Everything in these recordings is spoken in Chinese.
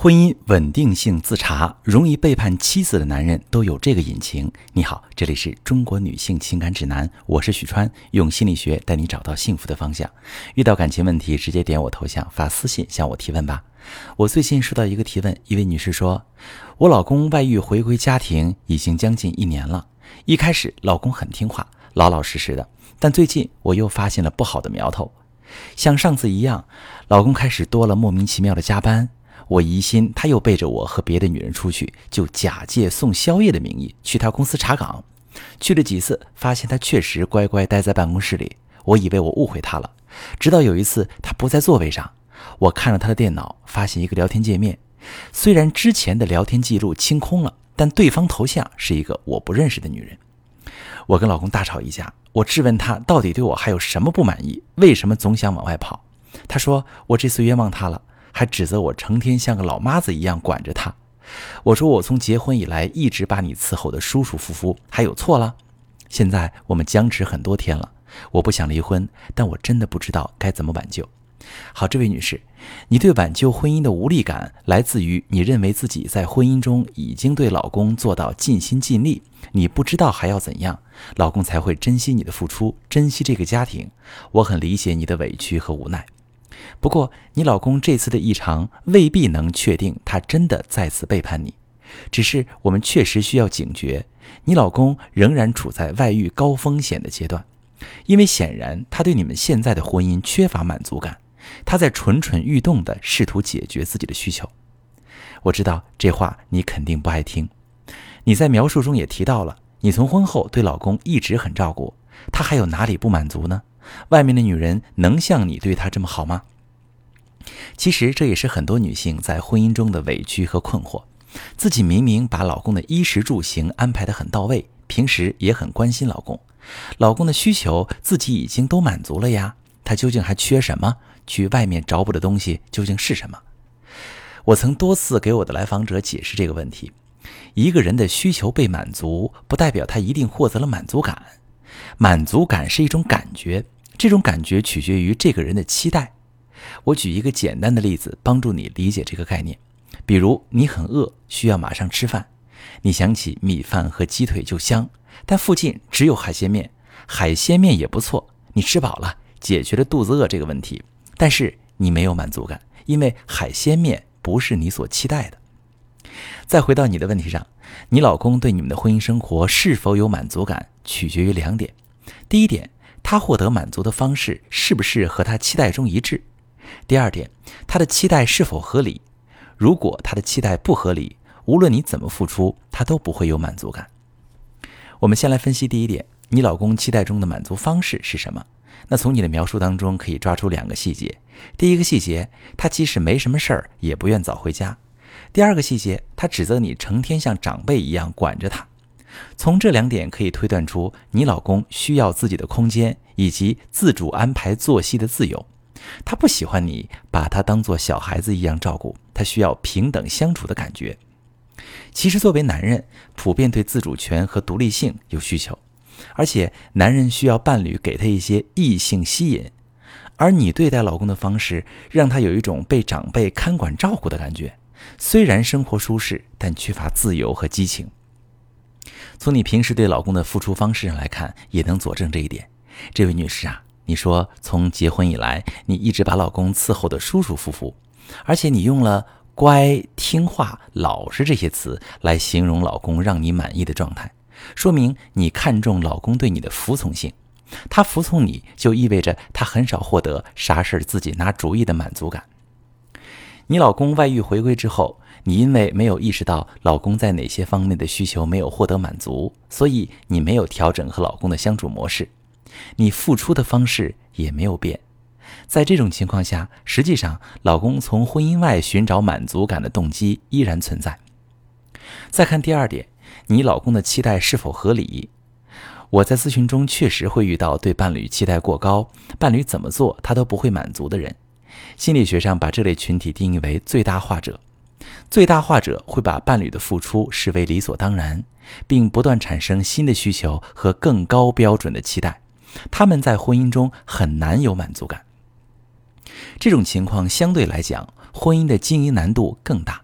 婚姻稳定性自查，容易背叛妻子的男人都有这个隐情。你好，这里是中国女性情感指南，我是许川，用心理学带你找到幸福的方向。遇到感情问题，直接点我头像发私信向我提问吧。我最近收到一个提问，一位女士说，我老公外遇回归家庭已经将近1年了，一开始老公很听话，老老实实的，但最近我又发现了不好的苗头。像上次一样，老公开始多了莫名其妙的加班，我疑心他又背着我和别的女人出去，就假借送宵夜的名义去他公司查岗。去了几次，发现他确实乖乖待在办公室里，我以为我误会他了。直到有一次他不在座位上，我看了他的电脑，发现一个聊天界面，虽然之前的聊天记录清空了，但对方头像是一个我不认识的女人。我跟老公大吵一架，我质问他到底对我还有什么不满意，为什么总想往外跑。他说我这次冤枉他了，还指责我成天像个老妈子一样管着他。我说我从结婚以来一直把你伺候得舒舒服服，还有错了？现在我们僵持很多天了，我不想离婚，但我真的不知道该怎么挽救。好，这位女士，你对挽救婚姻的无力感来自于你认为自己在婚姻中已经对老公做到尽心尽力，你不知道还要怎样，老公才会珍惜你的付出，珍惜这个家庭。我很理解你的委屈和无奈。不过你老公这次的异常未必能确定他真的再次背叛你，只是我们确实需要警觉，你老公仍然处在外遇高风险的阶段，因为显然他对你们现在的婚姻缺乏满足感，他在蠢蠢欲动地试图解决自己的需求。我知道这话你肯定不爱听，你在描述中也提到了，你从婚后对老公一直很照顾，他还有哪里不满足呢？外面的女人能像你对他这么好吗？其实这也是很多女性在婚姻中的委屈和困惑，自己明明把老公的衣食住行安排得很到位，平时也很关心老公，老公的需求自己已经都满足了呀，他究竟还缺什么？去外面找补的东西究竟是什么？我曾多次给我的来访者解释这个问题，一个人的需求被满足，不代表他一定获得了满足感。满足感是一种感觉，这种感觉取决于这个人的期待。我举一个简单的例子，帮助你理解这个概念。比如你很饿，需要马上吃饭，你想起米饭和鸡腿就香，但附近只有海鲜面，海鲜面也不错，你吃饱了，解决了肚子饿这个问题，但是你没有满足感，因为海鲜面不是你所期待的。再回到你的问题上，你老公对你们的婚姻生活是否有满足感，取决于2点。第一点，他获得满足的方式是不是和他期待中一致？第二点，他的期待是否合理？如果他的期待不合理，无论你怎么付出，他都不会有满足感。我们先来分析第一点，你老公期待中的满足方式是什么？那从你的描述当中可以抓出2个细节。第一个细节，他即使没什么事儿，也不愿早回家。第二个细节，他指责你成天像长辈一样管着他。从这2点可以推断出，你老公需要自己的空间，以及自主安排作息的自由。他不喜欢你把他当作小孩子一样照顾，他需要平等相处的感觉。其实作为男人，普遍对自主权和独立性有需求，而且男人需要伴侣给他一些异性吸引，而你对待老公的方式让他有一种被长辈看管照顾的感觉，虽然生活舒适，但缺乏自由和激情。从你平时对老公的付出方式上来看，也能佐证这一点。这位女士啊，你说从结婚以来，你一直把老公伺候得舒舒服服，而且你用了乖、听话、老实这些词来形容老公让你满意的状态，说明你看重老公对你的服从性。他服从你，就意味着他很少获得啥事自己拿主意的满足感。你老公外遇回归之后，你因为没有意识到老公在哪些方面的需求没有获得满足，所以你没有调整和老公的相处模式，你付出的方式也没有变。在这种情况下，实际上老公从婚姻外寻找满足感的动机依然存在。再看第2点，你老公的期待是否合理？我在咨询中确实会遇到对伴侣期待过高，伴侣怎么做他都不会满足的人。心理学上把这类群体定义为最大化者。最大化者会把伴侣的付出视为理所当然，并不断产生新的需求和更高标准的期待，他们在婚姻中很难有满足感。这种情况相对来讲，婚姻的经营难度更大。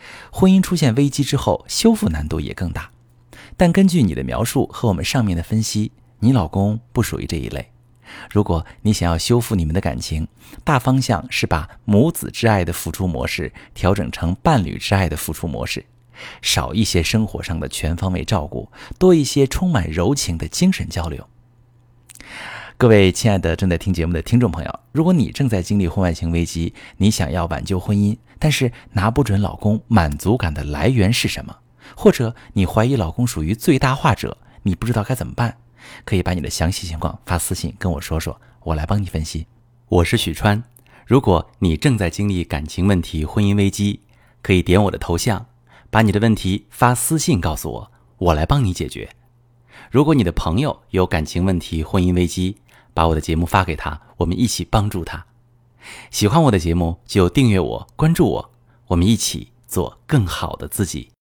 婚姻出现危机之后，修复难度也更大。但根据你的描述和我们上面的分析，你老公不属于这一类。如果你想要修复你们的感情，大方向是把母子之爱的付出模式调整成伴侣之爱的付出模式，少一些生活上的全方位照顾，多一些充满柔情的精神交流。各位亲爱的正在听节目的听众朋友，如果你正在经历婚外情危机，你想要挽救婚姻，但是拿不准老公满足感的来源是什么，或者你怀疑老公属于最大化者，你不知道该怎么办，可以把你的详细情况发私信跟我说说，我来帮你分析。我是许川，如果你正在经历感情问题、婚姻危机，可以点我的头像，把你的问题发私信告诉我，我来帮你解决。如果你的朋友有感情问题、婚姻危机，把我的节目发给他，我们一起帮助他。喜欢我的节目就订阅我、关注我，我们一起做更好的自己。